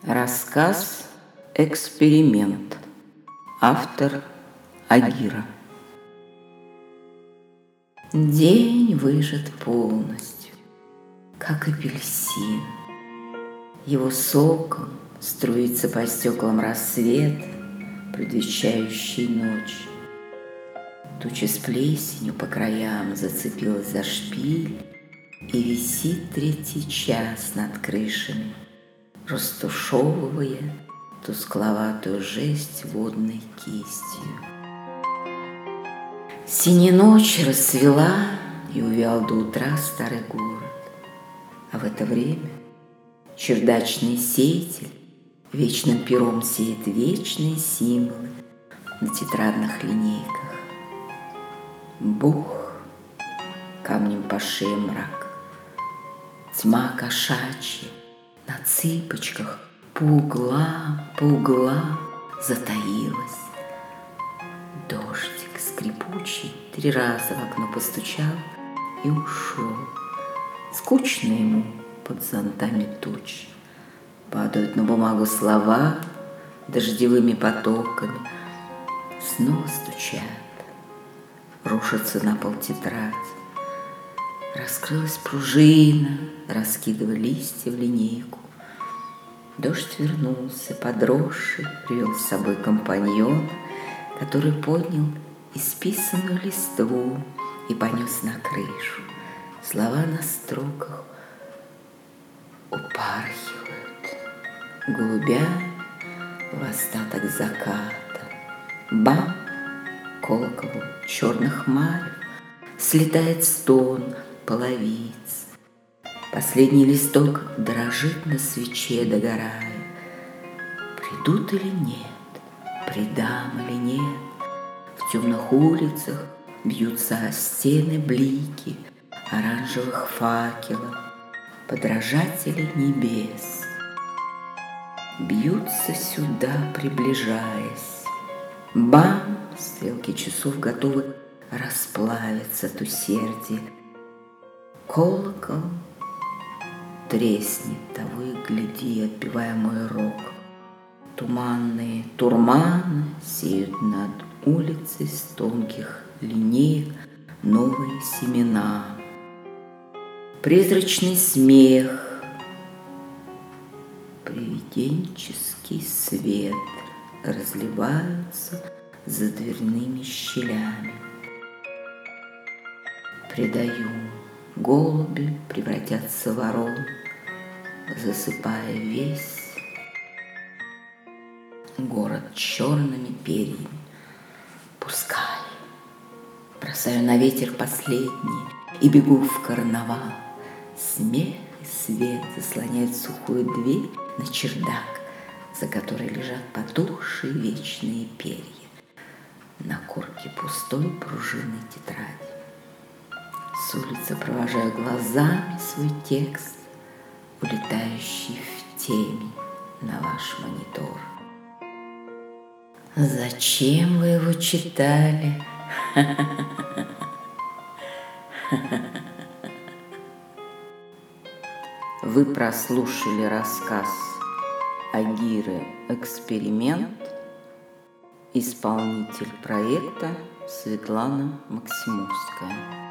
Рассказ «Эксперимент». Автор Агира. День выжат полностью, как апельсин. Его соком струится по стеклам рассвет, предвещающий ночь. Туча с плесенью по краям зацепилась за шпиль и висит третий час над крышами, растушевывая тускловатую жесть водной кистью. Синяя ночь расцвела и увял до утра старый город, а в это время чердачный сеятель вечным пером сеет вечные символы на тетрадных линейках. Бух, камнем по шее мрак, тьма кошачья на цыпочках по углам затаилась. Дождик скрипучий 3 раза в окно постучал и ушел. Скучно ему под зонтами туч. Падают на бумагу слова дождевыми потоками, снова стучат, рушится на пол тетрадь. Раскрылась пружина, раскидывая листья в линейку. Дождь вернулся, подросший, привел с собой компаньона, который поднял исписанную листву и понес на крышу. Слова на строках упархивают, голубя в остаток заката. Бам! Колоколу черных марев слетает стон половиц. Последний листок дрожит на свече, догорая. Придут или нет, предам или нет, в темных улицах бьются о стены блики оранжевых факелов, подражатели небес. Бьются сюда, приближаясь. Бам! Стрелки часов готовы расплавиться от усердия. Колокол треснет, того и гляди, отбивая мой рог. Туманные турманы сеют над улицей с тонких линеек новые семена. Призрачный смех, привиденческий свет разливаются за дверными щелями. Предаю, голуби превратятся в ворон, засыпая весь город черными перьями. Пускай. Бросаю на ветер последние и бегу в карнавал. Смех и свет заслоняют сухую дверь на чердак, за которой лежат потухшие вечные перья. На корке пустой пружинной тетради. С улицы провожаю глазами свой текст, улетающий в тени на ваш монитор. Зачем вы его читали? Вы прослушали рассказ Агиры «Эксперимент». Исполнитель проекта Светлана Максимовская.